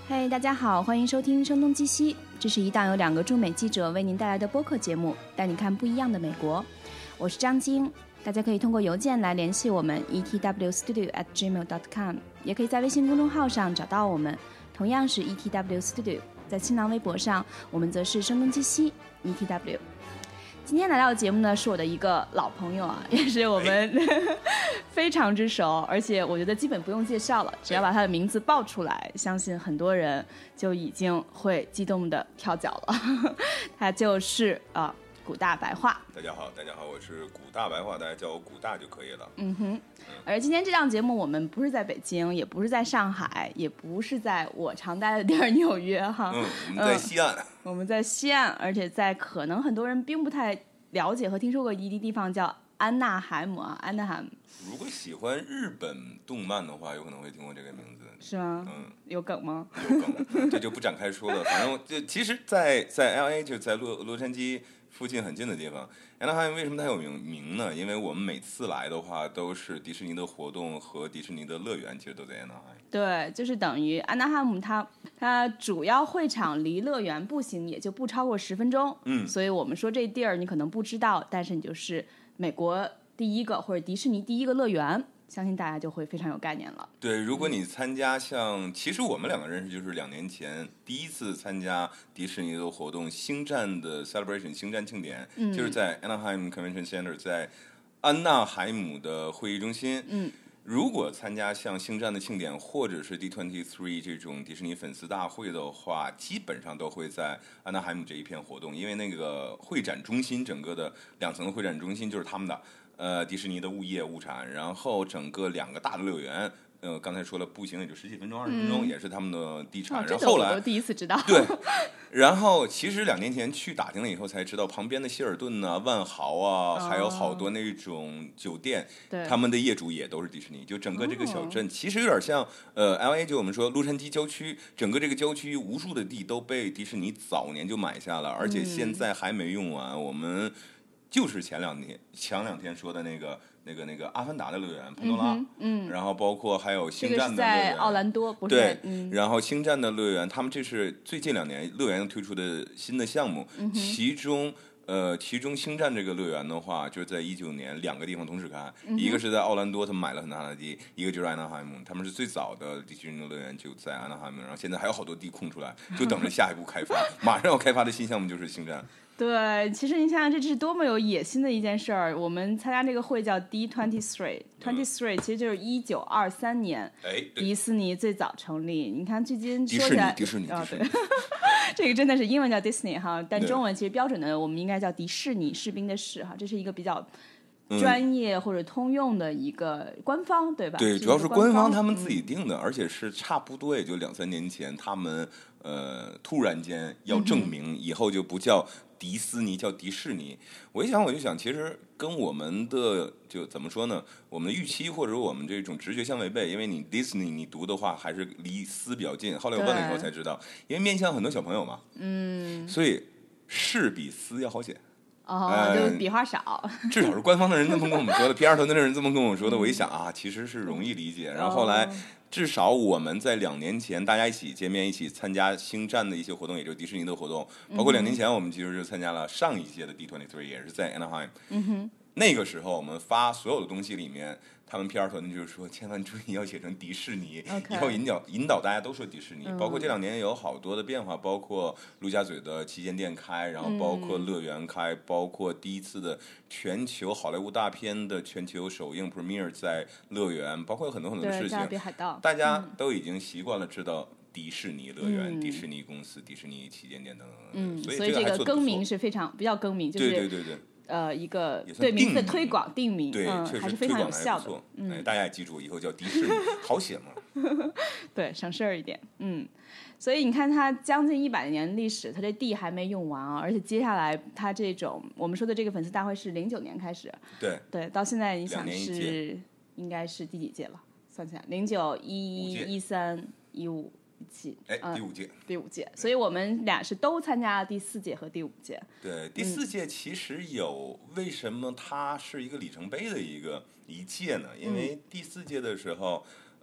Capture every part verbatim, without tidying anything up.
嘿、hey, 大家好，欢迎收听声东击西，这是一档由两个驻美记者为您带来的播客节目，带你看不一样的美国。我是张晶，大家可以通过邮件来联系我们 e t w studio at gmail dot com， 也可以在微信公众号上找到我们，同样是 E T W Studio。 在新浪微博上我们则是声东击西 E T W。 今天来到的节目呢，是我的一个老朋友啊，也是我们非常之熟，而且我觉得基本不用介绍了，只要把他的名字报出来，相信很多人就已经会激动的跳脚了。他就是啊、呃、古大白话。 大家好，大家好，我是古大白话，大家叫我古大就可以了。 嗯哼。而今天这档节目我们不是在北京，也不是在上海，也不是在我常待的地儿纽约哈。 嗯，我们在西岸、嗯。 我们在西岸，而且在可能很多人并不太了解和听说过一地地方叫安纳海姆啊，安纳海姆。 如果喜欢日本动漫的话，有可能会听过这个名字。 是吗？ 嗯， 有梗吗？ 有梗，这就不展开说了。反正就其实在，在在 L A 就在洛洛杉矶附近很近的地方。安纳海姆为什么它有名名呢？因为我们每次来的话，都是迪士尼的活动和迪士尼的乐园，其实都在安纳海姆。 对，就是等于安纳海姆它它主要会场离乐园步行也就不超过十分钟。 嗯， 所以我们说这地儿你可能不知道，但是你就是美国第一个或者迪士尼第一个乐园。相信大家就会非常有概念了。 对，如果你参加像，其实我们两个认识就是两年前第一次参加迪士尼的活动，星战的 Celebration 星战庆典， 嗯、 就是在 Anaheim Convention Center， 在安纳海姆的会议中心。 嗯， 如果参加像星战的庆典或者是 D 二十三 这种迪士尼粉丝大会的话，基本上都会在安纳海姆这一片活动，因为那个会展中心整个的两层的会展中心就是他们的。呃，迪士尼的物业物产，然后整个两个大的乐园，呃，刚才说了，步行也就十几分钟、二十分钟， 嗯、 也是他们的地产。 哦、 然后后来， 我第一次知道。 对，然后其实两年前去打听了以后才知道，旁边的希尔顿啊、万豪啊， 哦、 还有好多那种酒店， 对， 他们的业主也都是迪士尼。就整个这个小镇，哦、其实有点像呃 L A， 就我们说洛杉矶郊区，整个这个郊区无数的地都被迪士尼早年就买下了，而且现在还没用完。嗯、我们就是前两天前两天说的那个。那个那个阿凡达的乐园潘多拉， 嗯, 嗯， 然后包括还有星战的乐园， 这个是在奥兰多，不是对、 嗯， 然后星战的乐园，他们这是最近两年乐园推出的新的项目， 嗯、 其中呃，其中星战这个乐园的话，就是在一九年两个地方同时开， 嗯、 一个是在奥兰多，他们买了很大的地，一个就是安纳海姆，他们是最早的迪士尼的乐园就在安纳海姆，然后现在还有好多地空出来，就等着下一步开发，马上要开发的新项目就是星战。 对，其实你想想，这是多么有野心的一件事儿。我们参加这个会叫 D 二十三 ，二十三其实就是一九二三年， 哎， 迪士尼最早成立。你看，距今说起来， 迪士尼，迪士尼， 哦，对，这个真的是英文叫 Disney 哈，但中文其实标准的我们应该叫迪士尼，士兵的士哈，这是一个比较专业或者通用的一个官方，对吧？ 对，主要是官方他们自己嗯、 定的，而且是差不多也就两三年前，他们呃突然间要证明以后就不叫迪斯尼，叫迪士尼。我一想我就想，其实跟我们的就怎么说呢？我们的预期或者我们这种直觉相违背，因为你 Disney 你读的话还是离斯比较近。后来我问了以后才知道，因为面向很多小朋友嘛， 嗯， 所以是比斯要好写。 哦，呃、就笔画少， 至少是官方的人这么跟我们说的 ，P R 团队的人这么跟我说的。我一想啊，其实是容易理解。然后后来，至少我们在两年前大家一起见面，一起参加星战的一些活动，也就是迪士尼的活动。包括两年前我们其实就参加了上一届的 D 二十三，也是在 Anaheim。 嗯哼。 那个时候我们发所有的东西里面，他们 P R 团队就是说，千万注意要写成迪士尼， okay. 以后引导引导大家都说迪士尼。 嗯、 包括这两年有好多的变化，包括陆家嘴的旗舰店开，然后包括乐园开，嗯、包括第一次的全球好莱坞大片的全球首映 premiere 在乐园，包括有很多很多的事情，大家都已经习惯了知道。迪士尼乐园、嗯、迪士尼公司、迪士尼旗舰店等等， 嗯， 所以这个更名是非常比较更名，就是对对对对， 呃，一个对名字的推广定名， 对， 嗯， 确实还是非常有效的。 嗯、哎，大家也记住，以后叫迪士尼，好写嘛。 对，省事儿一点，嗯。所以你看，它将近一百年历史，它这地还没用完啊！而且接下来，它这种我们说的这个粉丝大会是零九年开始， 对对，到现在你想是应该是第几届了？算起来，零九一一三一五。期哎，第五届， 第五届，所以我们俩是都参加了第四届和第五届。 对，第四届其实有、嗯、为什么它是一个里程碑的一个一届呢？因为第四届的时候，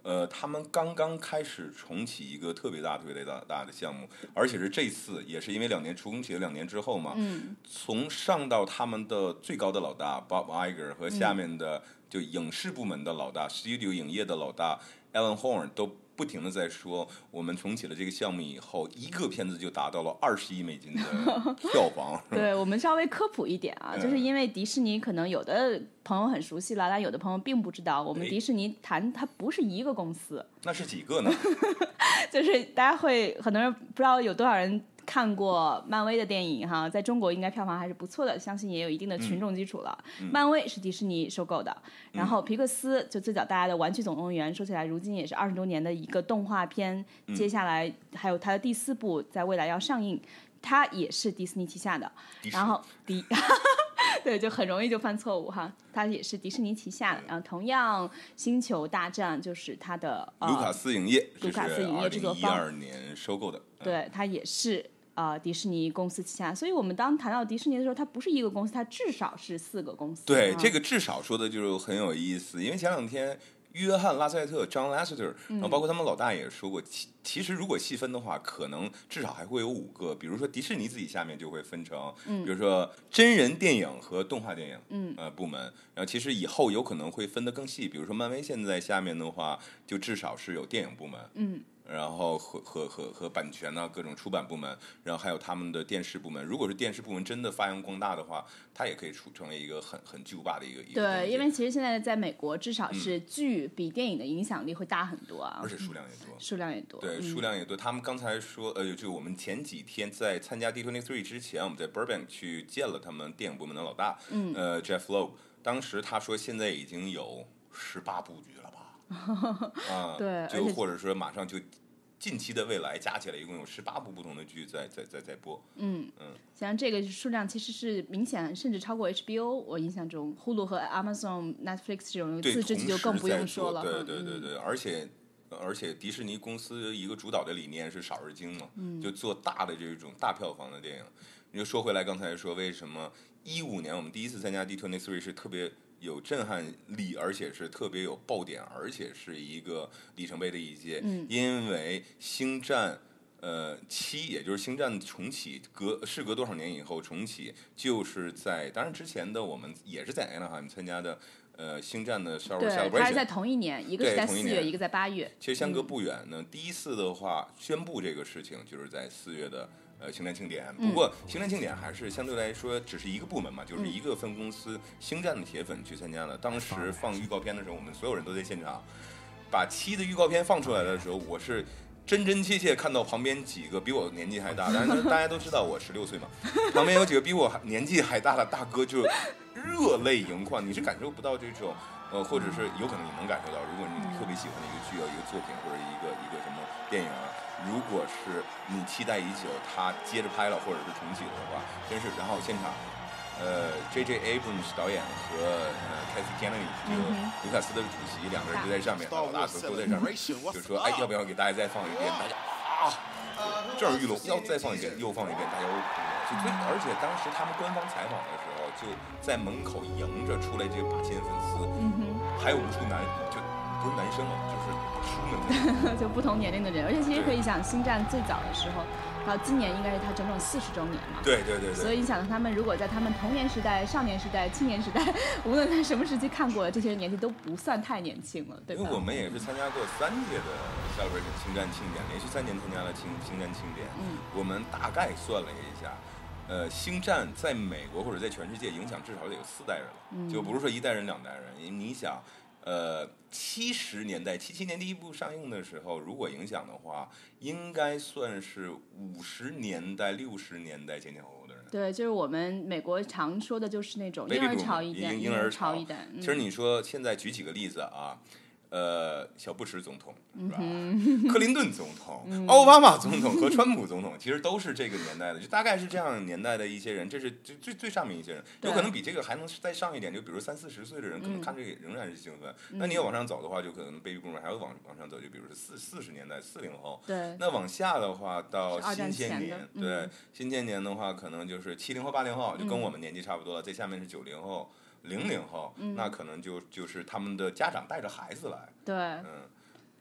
呃，他们刚刚开始重启一个特别大、特别大大的项目，而且是这次也是因为两年重启了两年之后嘛， 嗯， 从上到他们的最高的老大 Bob Iger 和下面的就影视部门的老大、嗯、Studio 影业的老大 Alan Horn 都不停的在说，我们重启了这个项目以后，一个片子就达到了二十亿美金的票房。 对，我们稍微科普一点啊，就是因为迪士尼可能有的朋友很熟悉了，但有的朋友并不知道，我们迪士尼谈它不是一个公司。 那是几个呢？ 就是大家会很多人不知道有多少人看过漫威的电影哈，在中国应该票房还是不错的，相信也有一定的群众基础了。嗯、漫威是迪士尼收购的，然后皮克斯就最早大家的《玩具总动员》，说起来如今也是二十多年的一个动画片，嗯、接下来还有它的第四部在未来要上映，它也是迪士尼旗下的。然后迪对，就很容易就犯错误哈，它也是迪士尼旗下的。然后同样，《星球大战》就是它的、呃、 卢卡斯影业， 卢卡斯影业制作方， 二零一二年收购的。 对，它也是呃迪士尼公司旗下。所以我们当谈到迪士尼的时候，它不是一个公司，它至少是四个公司。 对， 啊、 这个至少说的就是很有意思，因为前两天。约翰·拉塞特 （John Lasseter），然后包括他们老大也说过，其其实如果细分的话，可能至少还会有五个。比如说迪士尼自己下面就会分成，比如说真人电影和动画电影，嗯，呃部门。然后其实以后有可能会分得更细，比如说漫威现在下面的话，就至少是有电影部门，嗯。然后和和和和版权呢、啊，各种出版部门，然后还有他们的电视部门。如果是电视部门真的发扬光大的话，它也可以出成为一个很很巨无霸的一个一个。 对，因为其实现在在美国，至少是剧比电影的影响力会大很多啊， 而且数量也多， 数量也多。 对， 嗯、 数量也多。他们刚才说，呃，就我们前几天在参加 D 二十三 之前，我们在 Burbank 去见了他们电影部门的老大，嗯，呃 ，Jeff Loeb。当时他说，现在已经有十八部剧了吧？啊， 对， 就或者说马上就。近期的未来加起来一共有十八部不同的剧在在在在播，嗯嗯， 像这个数量其实是明显甚至超过 H B O， 我印象中 Hulu 和 Amazon、Netflix 这种自制剧就更不用说了， 对对对对，嗯、而且而且迪士尼公司一个主导的理念是少而精嘛，嗯、就做大的这种大票房的电影。你就说回来，刚才说为什么一五年我们第一次参加 D 二十三是特别。有震撼力，而且是特别有爆点，而且是一个里程碑的一届。嗯，因为星战呃七，也就是星战重启，隔事隔多少年以后重启，就是在当然之前的我们也是在 Anaheim 参加的。呃，星战的 Star Wars Celebration， 对，它是在同一年，一个是在四月，一个在八月。 其实相隔不远呢。嗯、第一次的话，宣布这个事情就是在四月的。呃，星战庆典，不过星战庆典还是相对来说只是一个部门嘛，就是一个分公司。星战的铁粉去参加了，当时放预告片的时候，我们所有人都在现场。把七的预告片放出来的时候，我是真真切切看到旁边几个比我年纪还大，但是大家都知道我十六岁嘛，旁边有几个比我年纪还大的大哥就热泪盈眶，你是感受不到这种，呃，或者是有可能你能感受到，如果你特别喜欢的一个剧啊、一个作品或者一个一个什么电影啊。如果是你期待已久，他接着拍了或者是重启了的话，真是。然后现场，呃 ，J J Abrams 导演和呃 Kathy Kennedy 这个卢卡斯的主席两个人就在上面，老大都都在上面，就说哎，要不要给大家再放一遍？大家啊，这儿玉龙要再放一遍，又放一遍，大家都哭了。就最而且当时他们官方采访的时候，就在门口迎着出来这八千粉丝，还有无数男就不是男生了，就是。 就不同年龄的人，而且其实可以想，星战最早的时候，到今年应该是它整整四十周年嘛。 对对 对, 对。 所以你想，他们如果在他们童年时代、少年时代、青年时代，无论在什么时期看过的，这些人年纪都不算太年轻了，对吧？ 因为我们也是参加过三届的 Celebration 星战庆典，连续三年参加了星星战庆典。嗯。我们大概算了一下，呃，星战在美国或者在全世界影响至少得有四代人了，嗯、就不是说一代人、两代人。你想。呃，七十年代，七七年第一部上映的时候，如果影响的话，应该算是五十年代、六十年代前前后后的人。 对，就是我们美国常说的，就是那种婴儿潮一代， 婴儿潮一代。 其实你说现在举几个例子啊。呃，小布什总统是吧？ 嗯、 克林顿总统、嗯、奥巴马总统和川普总统，其实都是这个年代的，就大概是这样年代的一些人，这是最最最上面一些人，有可能比这个还能再上一点，就比如三四十岁的人，可能看这个仍然是兴奋。嗯、那你要往上走的话，就可能 baby boomer 还要往往上走，就比如说四四十年代四零后。 对。 那往下的话，到新千年， 嗯、 对新千年的话，可能就是七零后、八零后，就跟我们年纪差不多了。在、嗯、下面是九零后。零零后、嗯，那可能就就是他们的家长带着孩子来， 对， 嗯，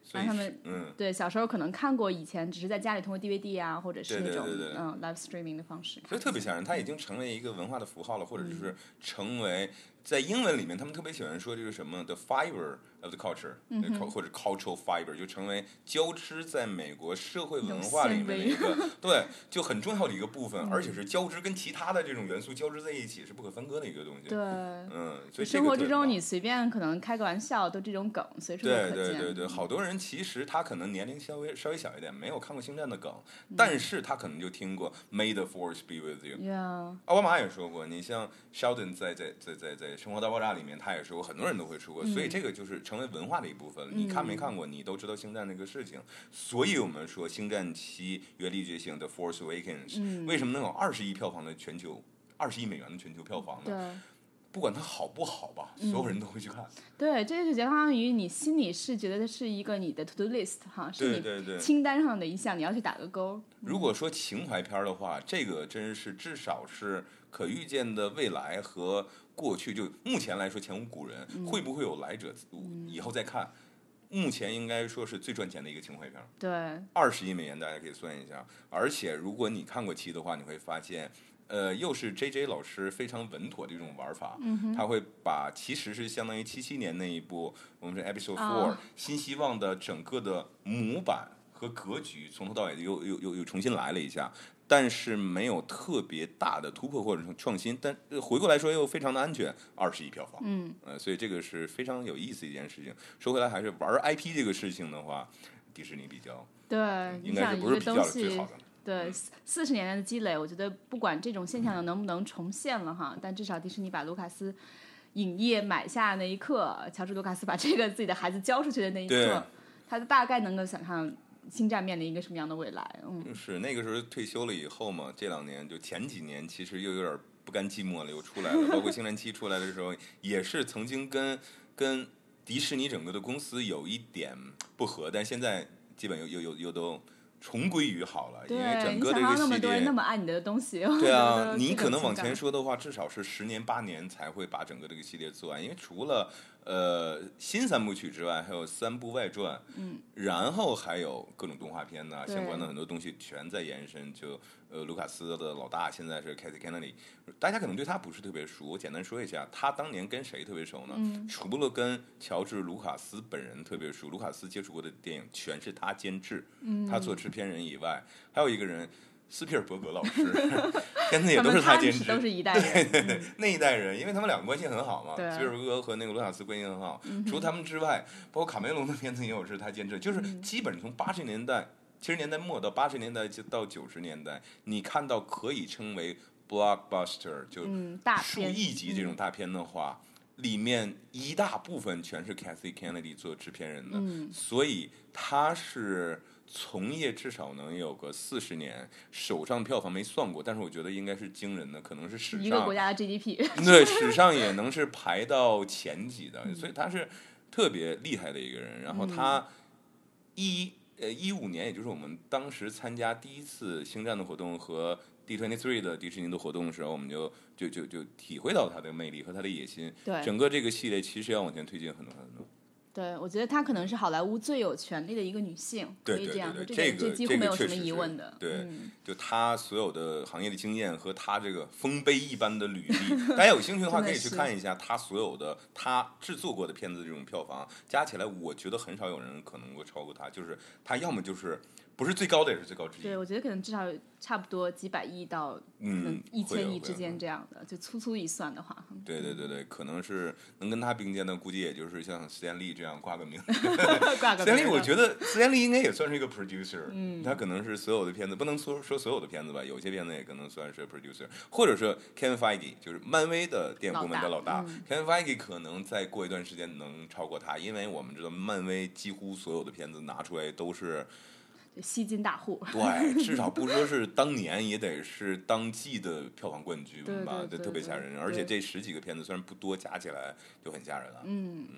所以让他们嗯， 对小时候可能看过以前，只是在家里通过 D V D 啊，或者是那种对对对对嗯 live streaming 的方式， 所以特别吓人，它已经成为一个文化的符号了，或者就是成为在英文里面，他们特别喜欢说就是什么 the fiber of the culture，、嗯、或者 cultural fiber， 就成为交织在美国社会文化里面的一个对，就很重要的一个部分，嗯、而且是交织跟其他的这种元素交织在一起，是不可分割的一个东西。 对， 嗯，所以生活之中你随便可能开个玩笑，都这种梗随处都可见。 对对对对，好多人其实他可能年龄稍微稍微小一点，没有看过星战的梗，嗯、但是他可能就听过 May the Force be with you。Yeah. 奥巴马也说过，你像 Sheldon 在在在在在《生活大爆炸》里面，他也说过，很多人都会说过，嗯、所以这个就是成为文化的一部分。你看没看过，你都知道星战这个事情。所以我们说，星战七原力觉醒的 Force Awakens，、嗯、为什么能有二十亿票房的全球二十亿美元的全球票房呢？ 对。 不管它好不好吧，所有人都会去看。嗯、 对，这就相当于你心里是觉得这是一个你的 to do list 哈，是你清单上的一项，你要去打个勾。 如果说情怀片的话，这个真是至少是可预见的未来和过去，就目前来说前无古人，嗯、会不会有来者以后再看？目前应该说是最赚钱的一个情怀片。 对， 二十亿美元大家可以算一下。而且如果你看过七的话，你会发现。呃，又是 J J 老师非常稳妥的一种玩法， 嗯、 他会把其实是相当于七七年那一部我们是 Episode Four、oh. 新希望的整个的模板和格局从头到尾又又又又重新来了一下，但是没有特别大的突破或者创新，但回过来说又非常的安全，二十亿票房， 嗯， 呃，所以这个是非常有意思的一件事情。说回来还是玩 I P 这个事情的话，迪士尼比较对， 应该是不是比较最好的。 对，四十年来的积累，我觉得不管这种现象能不能重现了哈，但至少迪士尼把卢卡斯影业买下那一刻，乔治卢卡斯把这个自己的孩子交出去的那一刻，他大概能够想象星战面临一个什么样的未来。嗯， 是那个时候退休了以后嘛，这两年就前几年其实又有点不甘寂寞了，又出来了，包括星战七出来的时候，也是曾经跟跟迪士尼整个的公司有一点不合，但现在基本又又又又都。重归于好了，因为整个这个系列， 那么多人那么爱你的东西， 对啊，你可能往前说的话，至少是十年八年才会把整个这个系列做完，因为除了呃新三部曲之外，还有三部外传， 嗯， 然后还有各种动画片呐、啊，相关的很多东西全在延伸。就呃，卢卡斯的老大现在是 Kathleen Kennedy， 大家可能对他不是特别熟，我简单说一下，他当年跟谁特别熟呢？ 嗯、 除了跟乔治卢卡斯本人特别熟，卢卡斯接触过的电影全是他监制， 嗯、 他做制片人以外，还有一个人。斯皮尔伯格老师，片子也都是他监制， 都是一代人， 对对对，那一代人，因为他们两个关系很好嘛， 斯皮尔伯格和那个卢卡斯关系很好。嗯、除了他们之外，包括卡梅隆的片子也有是他监制，就是基本从八十年代、七十年代末到八十年代到九十年代，你看到可以称为 blockbuster 就数亿级这种大片的话。嗯里面一大部分全是 Kathleen Kennedy 做制片人的， 嗯、 所以他是从业至少能有个四十年，手上票房没算过，但是我觉得应该是惊人的，可能是史上一个国家的 G D P， 对，史上也能是排到前几的，所以他是特别厉害的一个人。然后他一呃一五年，也就是我们当时参加第一次星战的活动和D 二十三 的迪士尼的活动的时候，我们就就就就体会到他的魅力和他的野心。 对， 整个这个系列其实要往前推进很多很多。 对，我觉得她可能是好莱坞最有权力的一个女性， 可以这样说， 对对对这个这几乎没有什么疑问的。 对， 嗯、 就她所有的行业的经验和她这个丰碑一般的履历，大家有兴趣的话可以去看一下她所有的她制作过的片子这种票房加起来，我觉得很少有人可能够超过她。就是她要么就是不是最高的，也是最高之一。 对，我觉得可能至少差不多几百亿到嗯一千亿之间这样的，就粗粗一算的话。 对对对对，可能是能跟他并肩的，估计也就是像斯坦利这样挂个名。 挂个斯坦利，我觉得斯坦利应该也算是一个 producer， 嗯， 他可能是所有的片子，不能说说所有的片子吧，有些片子也可能算是 producer， 或者说 Kevin Feige， 就是漫威的电影部门的老大。 老大嗯、 Kevin Feige 可能再过一段时间能超过他，因为我们知道漫威几乎所有的片子拿出来都是。 吸金大户， 对，至少不说是当年，也得是当季的票房冠军吧， 这特别吓人。而且这十几个片子虽然不多，加起来就很吓人了。 嗯嗯，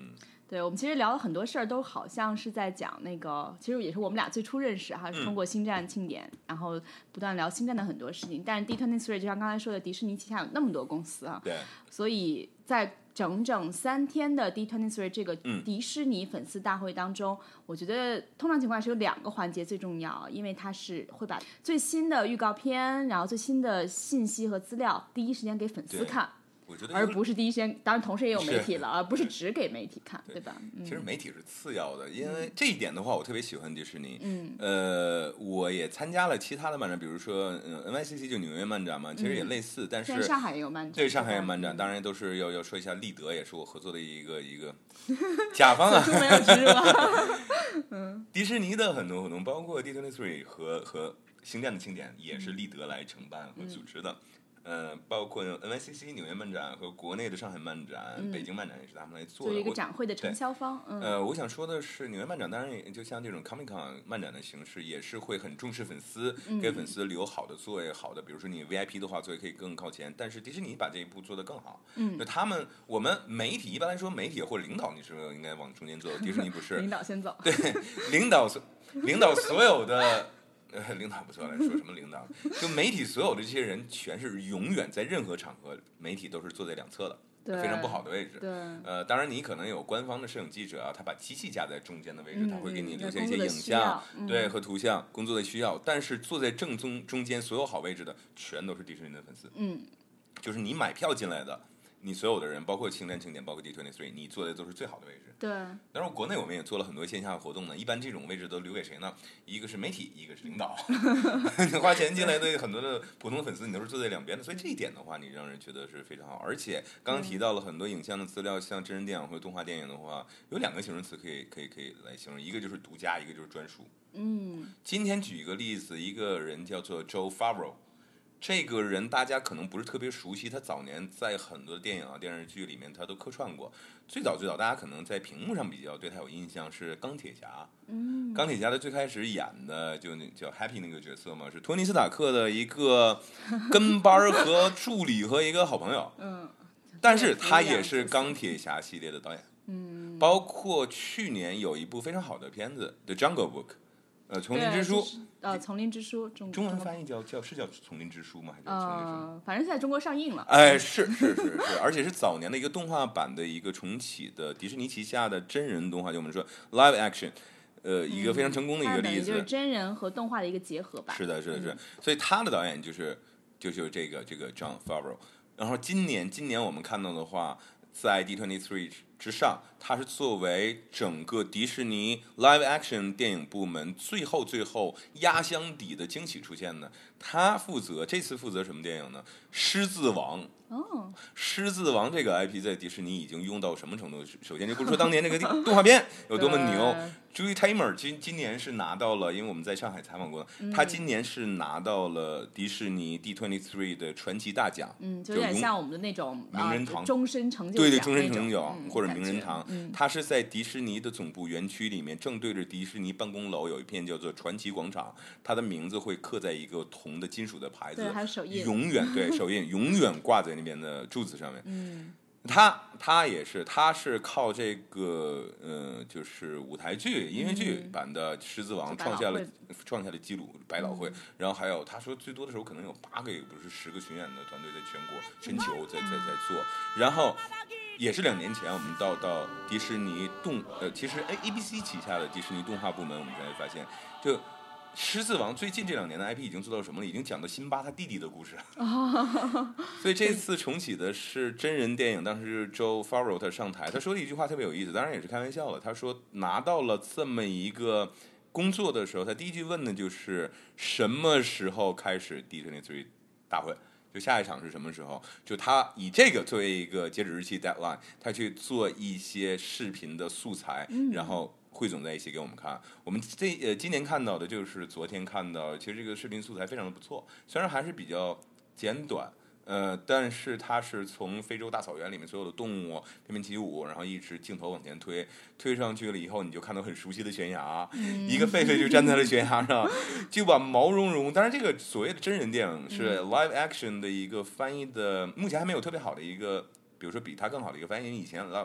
对，我们其实聊了很多事儿，都好像是在讲那个，其实也是我们俩最初认识哈，是通过星战庆典，嗯、然后不断聊星战的很多事情。但是 D 二十三 就像刚才说的，迪士尼旗下有那么多公司啊， 对， 所以在整整三天的 D 二十三 这个迪士尼粉丝大会当中，嗯、我觉得通常情况下是有两个环节最重要，因为它是会把最新的预告片，然后最新的信息和资料第一时间给粉丝看。 我觉得而不是第一时间，当然同时也有媒体了，而不是只给媒体看， 对, 对吧、嗯？ 其实媒体是次要的，因为这一点的话，我特别喜欢迪士尼。 嗯， 呃，我也参加了其他的漫展，比如说，嗯 ，N Y C C 就纽约漫展嘛，其实也类似， 嗯、 但是上海也有漫展， 对，上海也有漫展，当然都是要要说一下，立德也是我合作的一个一个甲方啊。 没有植入啊。 嗯，迪士尼的很多活动，包括 D 二十三 和和星战的庆典，也是立德来承办和组织的。嗯呃，包括 N Y C C 纽约漫展和国内的上海漫展、嗯、北京漫展也是他们来做的， 做一个展会的承销方。嗯、 呃，我想说的是，纽约漫展当然也就像这种 Comic Con 漫展的形式，也是会很重视粉丝， 嗯、 给粉丝留好的座位，好的，比如说你 V I P 的话，座位可以更靠前。但是迪士尼把这一步做得更好。 嗯， 就他们，我们媒体一般来说，媒体或者领导，你是应该往中间走，迪士尼不是。 领导先走。 对，领导领导所有的。呃，领导不错来说什么领导？就媒体所有的这些人，全是永远在任何场合，媒体都是坐在两侧的，非常不好的位置。 对， 呃，当然你可能有官方的摄影记者啊，他把机器架在中间的位置， 嗯、 他会给你留下一些影像， 嗯、 对和图像，工作的需要。但是坐在正中中间所有好位置的，全都是迪士尼的粉丝。 嗯， 就是你买票进来的。你所有的人，包括星战庆典，包括 D 二十三，你坐的都是最好的位置。 对。 当然，国内我们也做了很多线下活动呢。一般这种位置都留给谁呢？一个是媒体，一个是领导。你花钱进来的很多的普通粉丝，你都是坐在两边的。所以这一点的话，你让人觉得是非常好。而且刚刚提到了很多影像的资料，像真人电影或者动画电影的话，有两个形容词可以可以可以来形容，一个就是独家，一个就是专属。 嗯。 今天举一个例子，一个人叫做 Jon Favreau。这个人大家可能不是特别熟悉，他早年在很多电影啊、电视剧里面他都客串过。最早最早，大家可能在屏幕上比较对他有印象是钢铁侠。 嗯， 钢铁侠的最开始演的就那叫 Happy 那个角色嘛，是托尼斯塔克的一个跟班和助理和一个好朋友。 嗯， 但是他也是钢铁侠系列的导演。 嗯， 包括去年有一部非常好的片子《The Jungle Book》。呃，丛林之书， 呃，丛林之书，中中文翻译叫叫是叫丛林之书吗？还是叫丛林之书？ 呃，反正是在中国上映了。 哎，是是是是，而且是早年的一个动画版的一个重启的迪士尼旗下的真人动画，就我们说 live action， 呃，一个非常成功的一个例子， 就是真人和动画的一一个结合吧。 是的，是的，是的。嗯、所以他的导演就是就是这个这个 Jon Favreau。然后今年今年我们看到的话，在 D 二十三之上，它是作为整个迪士尼 live action 电影部门最后最后压箱底的惊喜出现的。他负责这次负责什么电影呢？狮子王。 哦， 狮子王这个 I P 在迪士尼已经用到什么程度？首先就不是说当年这个动画片有多么牛，Julie Taymor 今今年是拿到了，因为我们在上海采访过， 嗯、 他今年是拿到了迪士尼 D 二十三的传奇大奖， 嗯，就有点像我们的那种名人堂、 呃、终身成就对对终身成就、 嗯、 或者名人堂。 嗯、 他是在迪士尼的总部园区里面，正对着迪士尼办公楼有一片叫做传奇广场，他的名字会刻在一个铜的金属的牌子， 对，还有手印， 永远对手印永远挂在那边的柱子上面。 嗯， 他他也是，他是靠这个呃，就是舞台剧、音乐剧版的《狮子王》创下了创下了纪录，百老汇。嗯、然后还有他说最多的时候可能有八个，也不是十个巡演的团队在全国全球在在在做。然后也是两年前我们到到迪士尼动呃，其实哎 A B C 旗下的迪士尼动画部门，我们才发现就。狮子王最近这两年的 I P 已经做到什么了？已经讲到辛巴他弟弟的故事。 哦、 所以这次重启的是真人电影，当时 Jon Favreau 他上台，他说了一句话特别有意思，当然也是开玩笑了。他说拿到了这么一个工作的时候，他第一句问的就是什么时候开始 D 二十三大会？就下一场是什么时候？就他以这个作为一个截止日期 deadline， 他去做一些视频的素材， 嗯、 然后汇总在一起给我们看。我们这呃今年看到的就是昨天看到，其实这个视频素材非常的不错，虽然还是比较简短，呃，但是它是从非洲大草原里面所有的动物翩翩起舞，然后一直镜头往前推，推上去了以后，你就看到很熟悉的悬崖， 嗯、 一个狒狒就站在了悬崖上，就把毛茸茸。当然，这个所谓的真人电影是 live action 的一个翻译的，目前还没有特别好的一个。比如说比它更好的一个翻译，以前 live action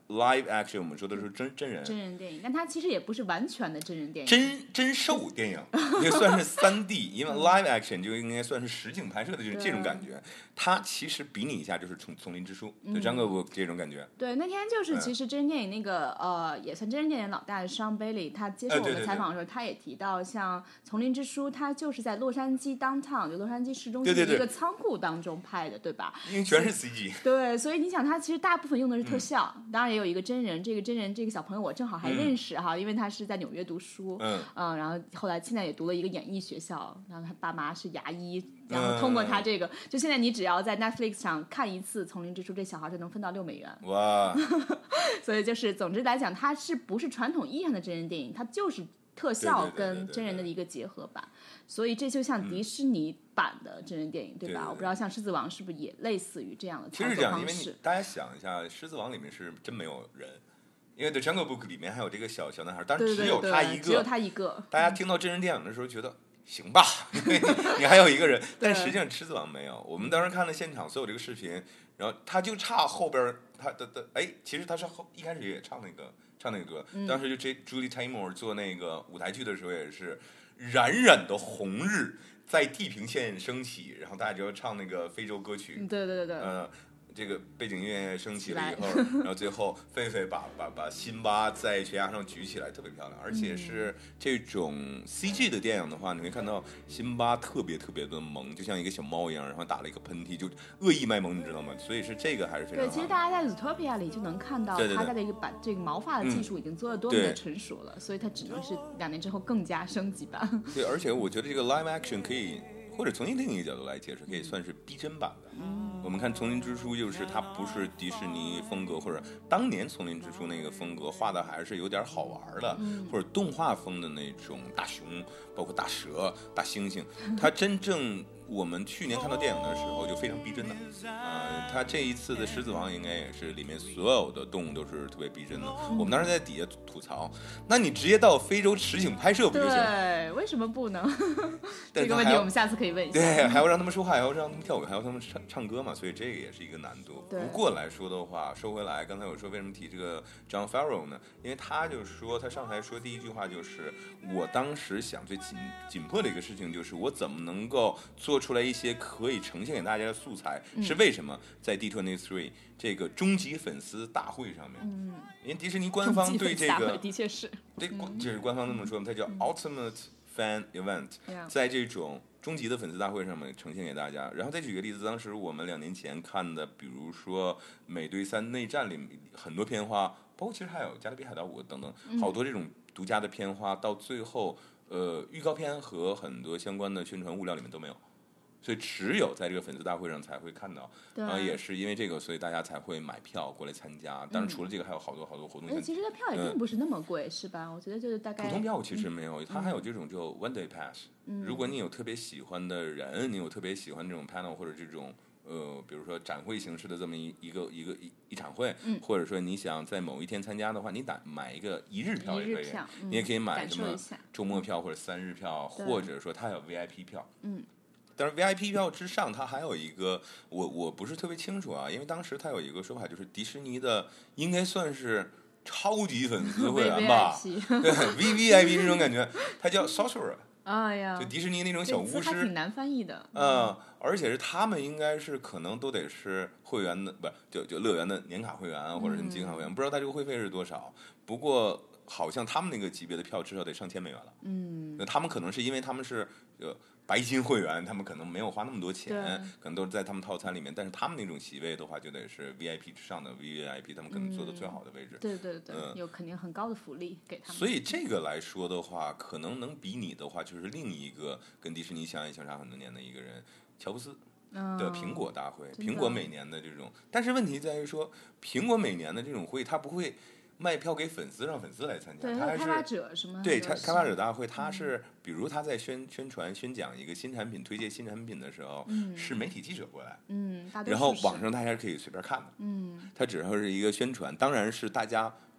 live action， 我们说的是真真人真人电影，但它其实也不是完全的真人电影， 真真兽电影也算是三 D， 因为 live action 就应该算是实景拍摄的这种这种感觉。它其实比拟一下就是丛丛林之书，就张哥不这种感觉。 对，那天就是其实真人电影那个、嗯、呃，也算真人电影老大的 Sean Bailey， 他接受我们采访的时候， 呃、对对对他也提到，像丛林之书，它就是在洛杉矶 downtown， 就洛杉矶市中心的一个仓库当中拍的，对吧？ 因为全是 C G。 对，所以你想，它其实大部分用的是特效，嗯、当然也有一个真人。这个真人，这个小朋友我正好还认识哈，嗯、因为他是在纽约读书， 嗯， 嗯，然后后来现在也读了一个演艺学校，然后他爸妈是牙医，然后通过他这个，嗯、就现在你只要在 Netflix 上看一次《丛林之书》，这小孩就能分到六美元。 哇！ 所以就是，总之来讲，它是不是传统意义上的真人电影？它就是特效跟真人的一个结合版。所以这就像迪士尼版的真人电影，嗯、对吧？ 对对对， 我不知道像《狮子王》是不是也类似于这样的操作方式。 其实这样，因为你大家想一下，《狮子王》里面是真没有人。因为《The Jungle Book》里面还有这个小小男孩，但是只有他一个， 只有他一个。 大家听到真人电影的时候觉得行吧，因为你还有一个人，但实际上《狮子王》没有。我们当时看了现场所有这个视频，然后他就差后边他的的哎，其实他是后一开始也唱那个唱那个歌， 嗯、 当时就 J Julie Taymor 做那个舞台剧的时候也是冉冉的红日在地平线升起，然后大家就要唱那个非洲歌曲， 对对对对， 呃。这个背景音乐升起了以后，然后最后狒狒把把把辛巴在悬崖上举起来，特别漂亮。而且是这种 C G 的电影的话，你会看到辛巴特别特别的萌，就像一个小猫一样，然后打了一个喷嚏，就恶意卖萌，你知道吗？所以是这个还是非常好。 对，其实大家在 Zootopia 里就能看到，他的一个把这个毛发的技术已经做得多么的成熟了，嗯、所以它只能是两年之后更加升级吧。 对，而且我觉得这个 live action 可以。或者从另一个角度来解释，可以算是逼真版的。 嗯、 我们看《丛林之书》，就是它不是迪士尼风格，或者当年《丛林之书》那个风格画的还是有点好玩的， 嗯、 或者动画风的那种大熊，包括大蛇、大猩猩。它真正我们去年看到电影的时候就非常逼真的。呃，它这一次的《狮子王》应该也是里面所有的动物都是特别逼真的。 嗯、 我们当时在底下吐槽，那你直接到非洲实景拍摄不就行？ 对，为什么不能？这个问题我们下次可以问一下。 对，还要让他们说话，还要让他们跳舞，还要他们唱唱歌嘛，所以这个也是一个难度。不过来说的话，说回来，刚才我说为什么提这个 Jon Favreau 呢？因为他就说，他上台说第一句话就是，我当时想最紧紧迫的一个事情就是我怎么能够做出来一些可以呈现给大家的素材。 嗯、 是为什么在 D twenty three 这个终极粉丝大会上面， 嗯、 因为迪士尼官方对这个的确是， 对，这是官方这么说，它叫 Ultimate Fan Event，、 嗯、 在这种终极的粉丝大会上面呈现给大家。然后再举个例子，当时我们两年前看的，比如说《美队三内战》里很多片花，包括其实还有《加勒比海盗五》等等，好多这种独家的片花，到最后，呃，预告片和很多相关的宣传物料里面都没有。所以只有在这个粉丝大会上才会看到，然后也是因为这个，所以大家才会买票过来参加。当然，除了这个，还有好多好多活动。 嗯、其实这票也并不是那么贵，嗯、是吧？我觉得就是大概普通票其实没有，它还有这种就 one day pass。 嗯、 如果你有特别喜欢的人，你有特别喜欢这种 panel 或者这种呃，比如说展会形式的这么一一个一个一一场会， 嗯、 或者说你想在某一天参加的话，你打买一个一日票也可以， 嗯、 你也可以买什么周末票或者三日票，或者说它有 V I P 票。 嗯。 但是 V I P 票之上，它还有一个，我我不是特别清楚啊，因为当时它有一个说法，就是迪士尼的应该算是超级粉丝会员吧，对 V V I P 这种感觉，它叫 Sorcerer。 哎呀， 就迪士尼那种小巫师， 挺难翻译的。 嗯，而且是他们应该是可能都得是会员的，不就就乐园的年卡会员或者是金卡会员，嗯、不知道他这个会费是多少。不过好像他们那个级别的票至少得上千美元了。 嗯， 那他们可能是因为他们是呃。白金会员，他们可能没有花那么多钱，可能都是在他们套餐里面。但是他们那种席位的话，就得是 V I P 之上的 V V I P， 他们可能做的最好的位置。 嗯、对对对，嗯、有肯定很高的福利给他们。 所以这个来说的话，可能能比拟的话，就是另一个跟迪士尼相爱相杀很多年的一个人，乔布斯的苹果大会， 哦、 苹果每年的这种。但是问题在于说，苹果每年的这种会，它不会卖票给粉丝，让粉丝来参加。 对， 他还是开发者什么？ 对，开开发者大会，他是、嗯、比如他在宣宣传、宣讲一个新产品、推荐新产品的时候， 嗯、 是媒体记者过来， 嗯， 然后网上大家可以随便看的， 嗯， 它只要是一个宣传，当然是大家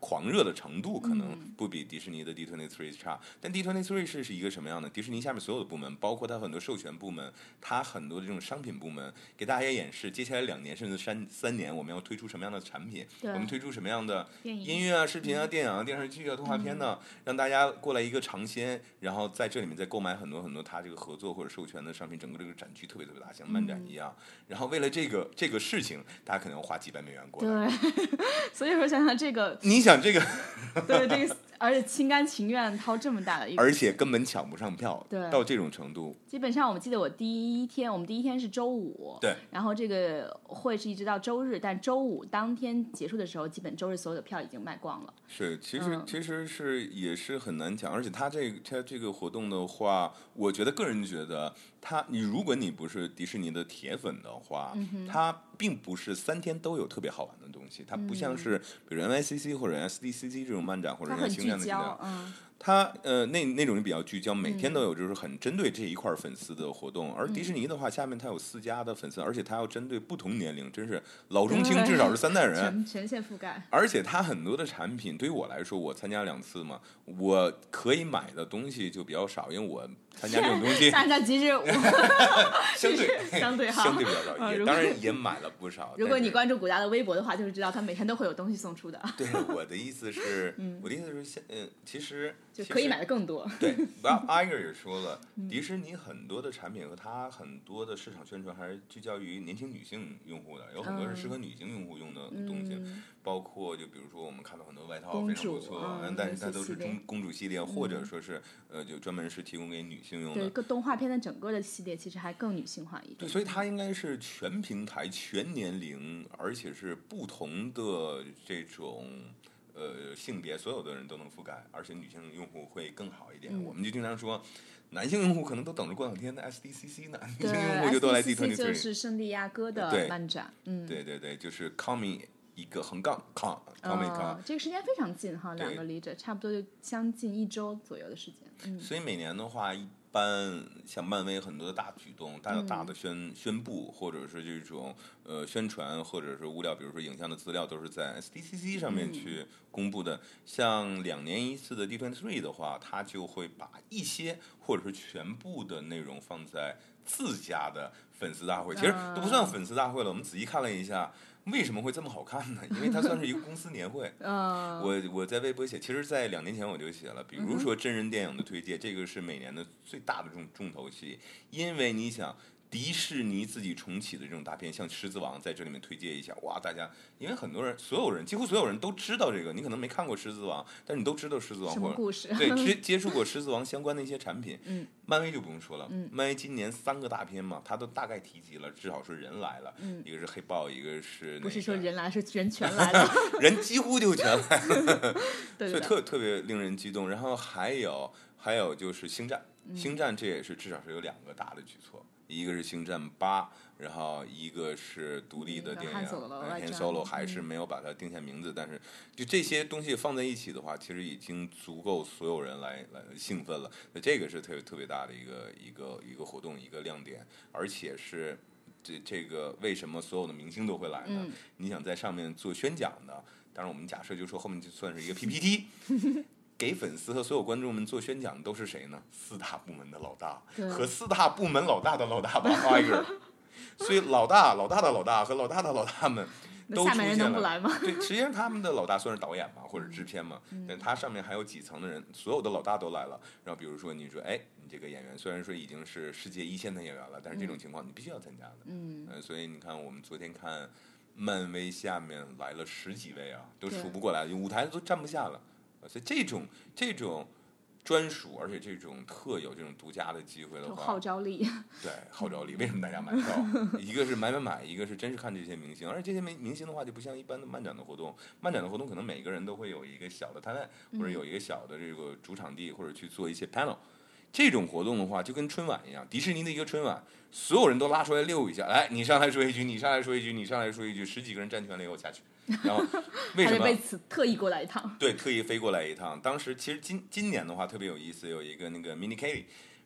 狂热的程度可能不比迪士尼的 D 二十三 差，但 D 二十三 是是一个什么样的？迪士尼下面所有的部门，包括它很多授权部门，它很多的这种商品部门，给大家演示接下来两年甚至三三年我们要推出什么样的产品，我们推出什么样的音乐啊、视频啊、电影啊、电视剧啊、动画片呢、嗯，让大家过来一个尝鲜，然后在这里面再购买很多很多它这个合作或者授权的商品，整个这个展区特别特别大，像漫展一样。嗯、然后为了这个这个事情，大家可能要花几百美元过来。 对，所以说想想这个， 你想这个， 对这个，而且心甘情愿掏这么大的一个， 而且根本抢不上票， 对， 到这种程度。 基本上我们记得我第一天，我们第一天是周五， 对， 然后这个会是一直到周日，但周五当天结束的时候，基本周日所有的票已经卖光了。 是，其实、嗯、其实是也是很难抢，而且它这它这个活动的话，我觉得个人觉得，它你如果你不是迪士尼的铁粉的话， 嗯、 它并不是三天都有特别好玩的东西，它不像是比如 N Y C C 或者 S D C C 这种漫展或者像星战的这样。 嗯它呃那那种比较聚焦，每天都有就是很针对这一块粉丝的活动。嗯、而迪士尼的话，下面它有四家的粉丝，而且它要针对不同年龄，真是老中青至少是三代人， 全全线覆盖。 而且它很多的产品，对于我来说，我参加两次嘛，我可以买的东西就比较少，因为我参加这种东西， 大家其实相对相对哈相对比较少，也当然也买了不少。 如果你关注古达的微博的话，就是知道他每天都会有东西送出的。 对，我的意思是，嗯、我的意思是，嗯，其实。 就可以买的更多。 对 ，Bob Iger 也说了，迪士尼很多的产品和它很多的市场宣传还是聚焦于年轻女性用户的，有很多是适合女性用户用的东西， 嗯、 包括就比如说我们看到很多外套非常不错， 嗯、 但是它都是中公主系列，或者说是呃就专门是提供给女性用的。 对，个动画片的整个的系列其实还更女性化一点。 对，所以它应该是全平台、全年龄，而且是不同的这种。呃，性别所有的人都能覆盖，而且女性用户会更好一点。 嗯、 我们就经常说，男性用户可能都等着过两天的 S D C C 呢，女性用户就都来 D 二十三。 就是圣地亚哥的漫展，嗯， 对对对，就是 Comic 一个横杠 com Comic Con，、 哦、这个时间非常近哈，两个离着差不多就将近一周左右的时间。嗯， 所以每年的话，一般像漫威很多的大举动、大大的宣、嗯、宣布，或者是这种呃宣传，或者是物料，比如说影像的资料，都是在 S D C C 上面去公布的。嗯、像两年一次的 D 二十三 的话，它就会把一些或者是全部的内容放在自家的粉丝大会，其实都不算粉丝大会了。我们仔细看了一下。为什么会这么好看呢？因为它算是一个公司年会。 uh, 我我在微博写，其实，在两年前我就写了，比如说真人电影的推荐，这个是每年的最大的重重头戏，因为你想。迪士尼自己重启的这种大片，像《狮子王》在这里面推荐一下，哇！大家因为很多人，所有人几乎所有人都知道这个，你可能没看过《狮子王》，但是你都知道《狮子王》 什么故事？ 对，接接触过《狮子王》相关的一些产品。 嗯， 漫威就不用说了， 嗯， 漫威今年三个大片嘛，他都大概提及了，至少是人来了， 嗯， 一个是黑豹，一个是、那个、 不是说人来，是人全来了， 人几乎就全来了， 对， 所以特特别令人激动。然后还有还有就是星战， 嗯、 星战这也是至少是有两个大的举措。一个是星战八，然后一个是独立的电影， 嗯 Han Solo 还是没有把它定下名字，嗯、但是就这些东西放在一起的话，其实已经足够所有人来来兴奋了。那这个是特别特别大的一个一个一个活动，一个亮点，而且是这这个为什么所有的明星都会来呢？ 嗯、 你想在上面做宣讲的，当然我们假设就说后面就算是一个 P P T。给粉丝和所有观众们做宣讲都是谁呢？四大部门的老大和四大部门老大的老大吧 Iger 所以老大老大的老大和老大的老大们都出现了。 下面人能不来吗？ 对，实际上他们的老大算是导演嘛，或者制片嘛， 嗯、 但他上面还有几层的人，所有的老大都来了。然后比如说你说，哎，你这个演员虽然说已经是世界一线的演员了，但是这种情况你必须要参加的。 嗯， 呃，所以你看，我们昨天看漫威下面来了十几位啊，都数不过来，舞台都站不下了。所以这种这种专属，而且这种特有、这种独家的机会的话， 号召力。 对，号召力。为什么大家买票？一个是买买买，一个是真是看这些明星。而且这些明明星的话，就不像一般的漫展的活动。漫展的活动可能每个人都会有一个小的摊位，或者有一个小的这个主场地，或者去做一些 panel。这种活动的话，就跟春晚一样，迪士尼的一个春晚，所有人都拉出来溜一下，来，你上来说一句，你上来说一句，你上来说一句，十几个人占全了以后下去。然后为什么？ 为此特意过来一趟。 对，特意飞过来一趟。当时其实今今年的话特别有意思，有一个那个 Mini Katie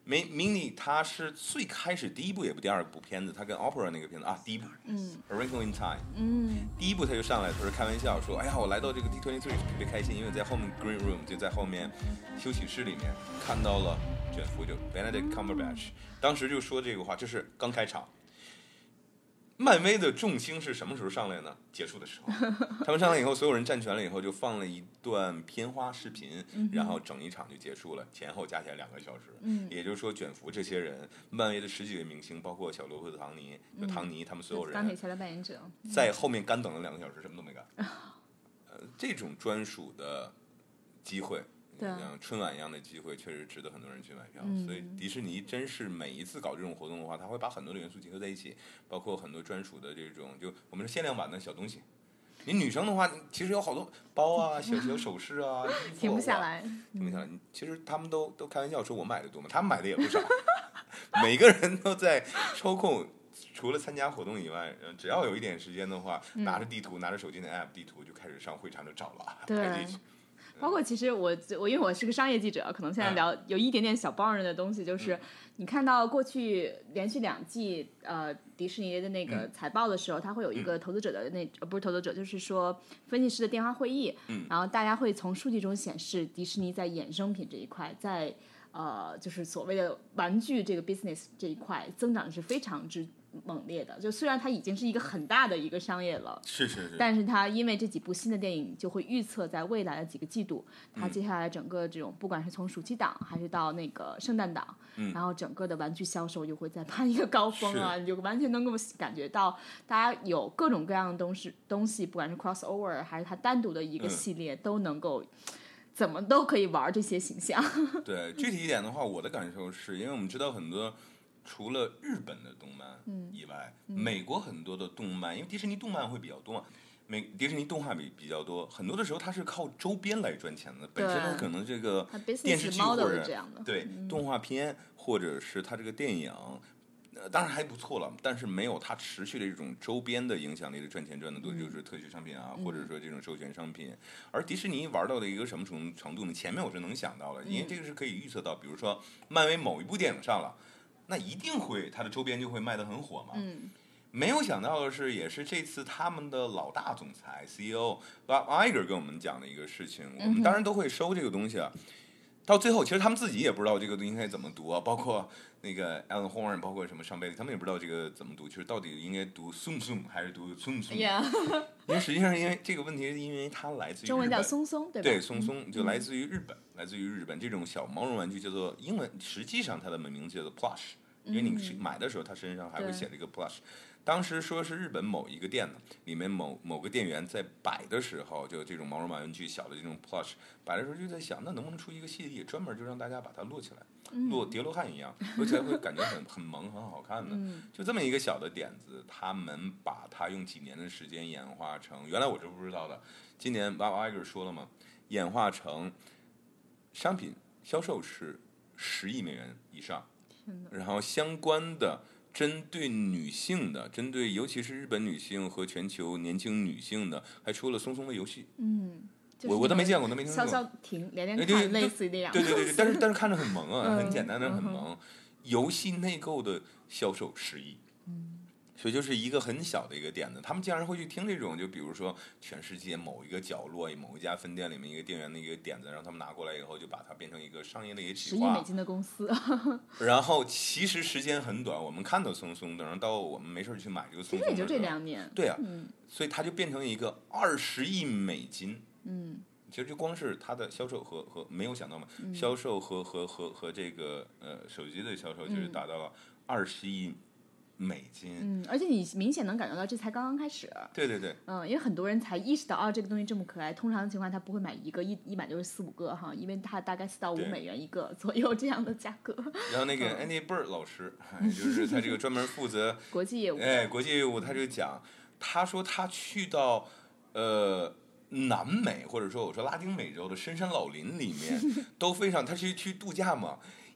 梅明尼他是最开始第一部也不第二部片子，他跟 Opera 那个片子啊，第一部，嗯 ，A Wrinkle in Time， 嗯， 第一部他就上来，他是开玩笑说，哎呀，我来到这个 D 二十三特别开心，因为在后面 Green Room 就在后面休息室里面看到了卷福就 Benedict Cumberbatch， 当时就说这个话，这是刚开场。漫威的重星是什么时候上来呢？结束的时候，他们上来以后，所有人站全了以后，就放了一段片花视频，然后整一场就结束了，前后加起来两个小时。嗯，也就是说，卷福这些人，漫威的十几位明星，包括小罗伯特·唐尼、就唐尼他们所有人， 钢铁侠的扮演者， 在后面干等了两个小时，什么都没干。呃，这种专属的机会。像春晚一样的机会确实值得很多人去买票，嗯、所以迪士尼真是每一次搞这种活动的话，他会把很多的元素结合在一起，包括很多专属的这种，就我们是限量版的小东西。你女生的话，其实有好多包啊、小小首饰啊、衣服啊， 停不下来， 停不下来。其实他们都都开玩笑说我买的多嘛，他们买的也不少，每个人都在抽空。除了参加活动以外，只要有一点时间的话，嗯、拿着地图，拿着手机的 app 地图就开始上会场就找了， 对。包括其实我我因为我是个商业记者，可能现在聊有一点点小帮人的东西，就是你看到过去连续两季呃迪士尼的那个财报的时候，它会有一个投资者的那呃不是投资者，就是说分析师的电话会议，然后大家会从数据中显示迪士尼在衍生品这一块，在呃就是所谓的玩具这个 business 这一块增长是非常之猛烈的，就虽然它已经是一个很大的一个商业了， 是是是， 但是它因为这几部新的电影，就会预测在未来的几个季度，它接下来整个这种不管是从暑期档还是到那个圣诞档，嗯、然后整个的玩具销售就会再攀一个高峰啊，你就完全能够感觉到，大家有各种各样的东西，东西不管是 crossover 还是它单独的一个系列，嗯、都能够。怎么都可以玩这些形象。 对，具体一点的话，我的感受是因为我们知道很多。除了日本的动漫以外，嗯嗯、美国很多的动漫，因为迪士尼动漫会比较多嘛，美迪士尼动画比比较多，很多的时候它是靠周边来赚钱的。本身它可能这个电视剧或者对、嗯、动画片，或者是它这个电影，呃，当然还不错了，但是没有它持续的这种周边的影响力的赚钱赚的多，嗯、就是特许商品啊，嗯、或者说这种授权商品。而迪士尼玩到的一个什么程程度呢？前面我是能想到的，因为这个是可以预测到，比如说漫威某一部电影上了。那一定会，它的周边就会卖得很火嘛。嗯，没有想到的是，也是这次他们的老大总裁 C E O Bob Iger 跟我们讲的一个事情。我们当然都会收这个东西啊。到最后，其实他们自己也不知道这个应该怎么读啊，包括那个 Alan Horn， 包括什么上贝利，他们也不知道这个怎么读，就是到底应该读 Sum Sum 还是读 Sum Sum。Yeah. 因为实际上，因为这个问题，因为它来自于日本， 中文叫松松，对吧？ 对，松松就来自于日本，嗯、来自于日本这种小毛绒玩具叫做英文，实际上它的名字叫做 Plush。因为你买的时候，它身上还会写了一个 plush。当时说是日本某一个店呢，里面某某个店员在摆的时候，就这种毛绒玩具小的这种 plush 摆的时候，就在想，那能不能出一个系列，专门就让大家把它摞起来，摞叠罗汉一样，摞起来会感觉很很萌，很好看的。就这么一个小的点子，他们把它用几年的时间演化成，原来我是不知道的，今年 Bob Iger 说了嘛，演化成商品销售是十亿美元以上。然后相关的针对女性的，针对尤其是日本女性和全球年轻女性的，还出了松松的游戏。 嗯， 就是、我我都没见过，都没听说过。消消停，连连看，类似于那样。 对对对对，但是但是看着很萌啊，嗯、很简单的很萌。嗯、游戏内购的销售十亿。嗯。所以就是一个很小的一个点子，他们竟然会去听这种，就比如说全世界某一个角落、某一家分店里面一个店员的一个点子，让他们拿过来以后，就把它变成一个商业的一个企划。 十亿美金的公司。 然后其实时间很短，我们看到松松，等然到我们没事去买这个松松， 其实也就这两年。 对啊，嗯、所以它就变成一个二十亿美金。嗯。其实就光是它的销售和和没有想到嘛，嗯、销售和和和和这个呃手机的销售就是达到了二十亿。美金， 嗯，而且你明显能感觉到这才刚刚开始。 对对对， 嗯，因为很多人才意识到啊，这个东西这么可爱。通常情况他不会买一个，一一买就是四五个哈，因为它大概四到五美元一个左右这样的价格。 然后那个 Andy Bird 老师，嗯、就是他这个专门负责国际业务， 哎，国际业务，他就讲，他说他去到呃南美或者说我说拉丁美洲的深山老林里面，都非常，他是去度假嘛。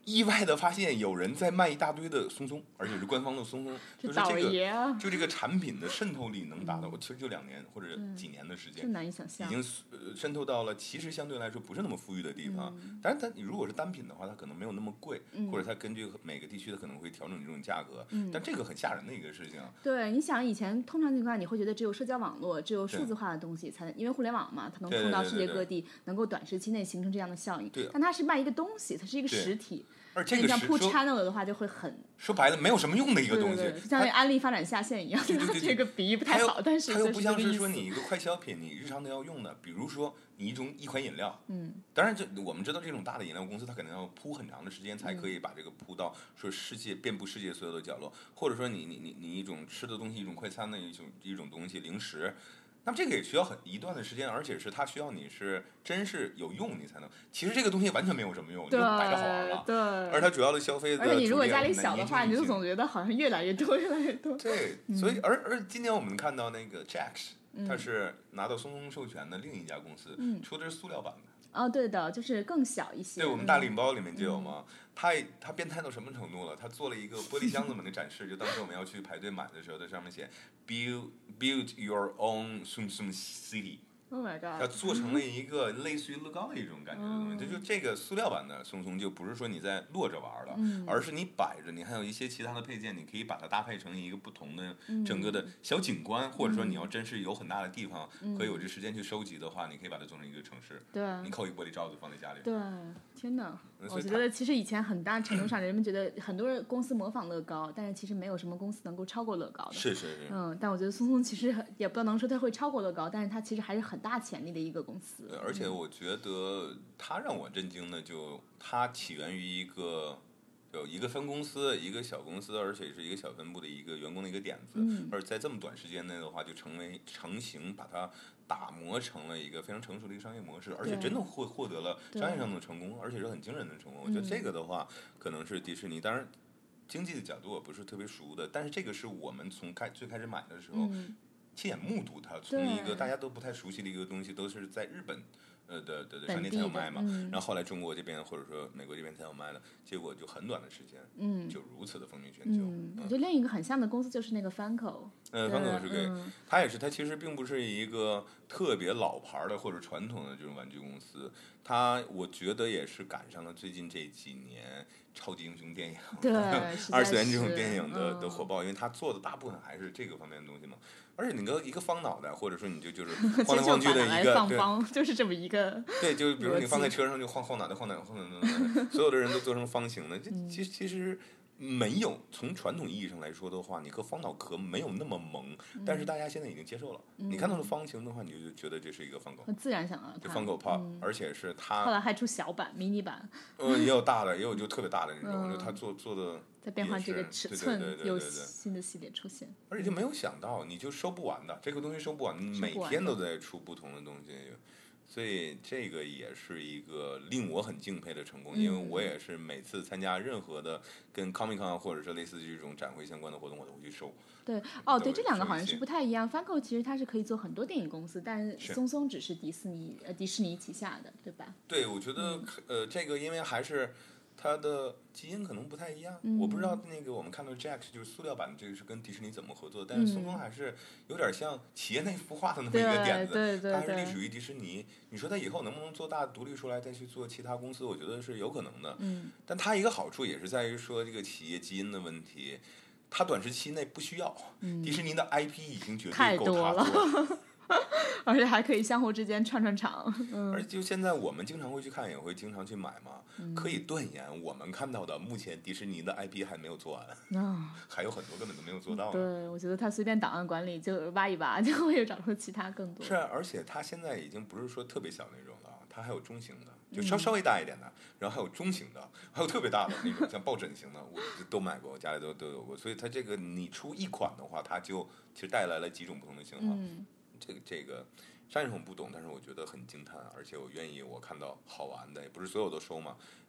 意外的发现有人在卖一大堆的松松，而且是官方的松松，就是这个、 啊、 就这个产品的渗透力能达到，我、嗯、其实就两年或者几年的时间， 难以想象， 已经、呃、渗透到了其实相对来说不是那么富裕的地方。嗯、但是它如果是单品的话，它可能没有那么贵，嗯、或者它根据每个地区的可能会调整这种价格。嗯、但这个很吓人的一个事情。 对，你想以前通常情况下你会觉得只有社交网络、只有数字化的东西才能，因为互联网嘛，它能通到世界各地， 对对对对对， 能够短时期内形成这样的效应。 对， 但它是卖一个东西，它是一个实体。 而这个像铺 channel 的话就会很说白了没有什么用的一个东西， 对对对，就像安利发展下线一样。 对对对对， 这个比喻不太好，但是它又不像是说你一个快消品，你日常都要用的，比如说你一种一款饮料，嗯，当然这我们知道这种大的饮料公司，它可能要铺很长的时间才可以把这个铺到说世界遍布世界所有的角落，或者说你你你你一种吃的东西，一种快餐的一种一种东西，零食。那么这个也需要很一段的时间，而且是它需要你是真是有用你才能。其实这个东西完全没有什么用，就摆着好玩嘛。 对。 而它主要的消费的， 而且你如果家里小的话，你就总觉得好像越来越多，越来越多。 对，所以而而今年我们看到那个 Jax， 它是拿到松松授权的另一家公司，嗯、出的是塑料版的。 哦，对的，就是更小一些。 对，我们大礼包里面就有嘛。他他变态到什么程度了？他做了一个玻璃箱子们的展示，就当时我们要去排队买的时候，在上面写 build build your own Tsum Tsum City。Oh my god！ 它做成了一个类似于乐高的一种感觉的东西。这、嗯、就这个塑料版的松松就不是说你在落着玩了、嗯，而是你摆着，你还有一些其他的配件，你可以把它搭配成一个不同的整个的小景观，嗯、或者说你要真是有很大的地方、嗯、和有这时间去收集的话，你可以把它做成一个城市。 对， 你扣一玻璃罩子放在家里。 对，天哪！我觉得其实以前很大程度上，人们觉得很多公司模仿乐高，但是其实没有什么公司能够超过乐高的。 是是是。 嗯，但我觉得松松其实也不能说它会超过乐高，但是它其实还是很大潜力的一个公司。 对，而且我觉得它让我震惊的就它起源于一个有一个分公司，一个小公司，而且是一个小分部的一个员工的一个点子，嗯、而在这么短时间内的话，就成为成型，把它打磨成了一个非常成熟的一个商业模式，而且真的获获得了商业上的成功，而且是很惊人的成功。我觉得这个的话，可能是迪士尼，当然经济的角度我不是特别熟的，但是这个是我们从开最开始买的时候。嗯，亲眼目睹它从一个大家都不太熟悉的一个东西，都是在日本呃的的的商店才有卖嘛、嗯，然后后来中国这边或者说美国这边才有卖的，结果就很短的时间，嗯，就如此的风靡全球。 嗯，我觉得另一个很像的公司就是那个 Funko。 嗯 ，Funko 是给、嗯，它也是，它其实并不是一个特别老牌的或者传统的这种玩具公司，它我觉得也是赶上了最近这几年超级英雄电影、 对二次元这种电影的、嗯、的火爆，因为它做的大部分还是这个方面的东西嘛。而且你个一个方脑袋，或者说你就就是晃来晃去的一个， 放方就是这么一个。 对，就比如说你放在车上就晃晃脑袋，晃脑袋，晃脑袋，所有的人都做成方形的。这其实其实没有从传统意义上来说的话，你和方脑壳没有那么萌，嗯、但是大家现在已经接受了。嗯、你看到的方形的话，你就觉得这是一个方狗， 自然想到就方狗泡、嗯，而且是它。 后来还出小版、迷你版。 呃，也有大的，也有就特别大的那种，嗯、就它做做的。 在变化这个尺寸， 对对对对对对对， 有新的系列出现， 而且就没有想到，你就收不完的，这个东西收不完，每天都在出不同的东西，所以这个也是一个令我很敬佩的成功，嗯、因为我也是每次参加任何的跟 Comic Con 或者是类似这种展会相关的活动，我都会去收。 对，哦，对，这两个好像是不太一样。Funko 其实它是可以做很多电影公司，但是松松只是迪士尼呃迪士尼旗下的，对吧？ 对，我觉得、嗯、呃这个因为还是。它的基因可能不太一样，嗯、我不知道那个我们看到 Jax 就是塑料版的这个是跟迪士尼怎么合作的，但是松松还是有点像企业内孵化的那么一个点子， 对对对对， 它还是隶属于迪士尼。你说它以后能不能做大独立出来再去做其他公司，我觉得是有可能的。嗯，但它一个好处也是在于说这个企业基因的问题，它短时期内不需要，嗯、迪士尼的 I P 已经绝对够它做。 而且还可以相互之间串串场，嗯、 而且就现在我们经常会去看，也会经常去买嘛。嗯、可以断言，我们看到的目前迪士尼的 I P 还没有做完，哦、还有很多根本都没有做到。 对，我觉得他随便档案管理就挖一挖，就会有找出其他更多。 是啊，而且他现在已经不是说特别小那种了，他还有中型的，就稍稍微大一点的，嗯、然后还有中型的，还有特别大的那种像抱枕型的，我都买过，我家里都都有过。所以他这个你出一款的话，他就其实带来了几种不同的型号。嗯这个这个商业上不懂，但是我觉得很惊叹，而且我愿意我看到好玩的，也不是所有都收嘛。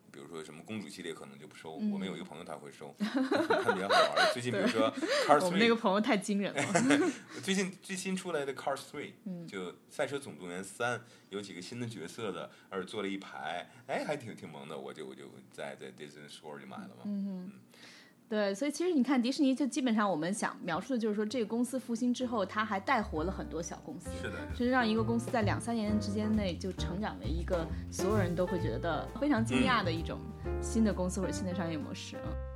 比如说什么公主系列可能就不收， 嗯、 我们有一个朋友他会收，看比较好玩。最近比如说 Cars 我们那个朋友太惊人了。 最近最新出来的 Cars 三、 嗯， 就赛车总动员三，有几个新的角色的，而做了一排，哎，还挺挺萌的，我就我就在在 Disney Store 就买了嘛。 嗯嗯。对，所以其实你看迪士尼，就基本上我们想描述的就是说，这个公司复兴之后，它还带活了很多小公司， 是的， 就是让一个公司在两三年之间内就成长为一个所有人都会觉得非常惊讶的一种新的公司或者新的商业模式啊。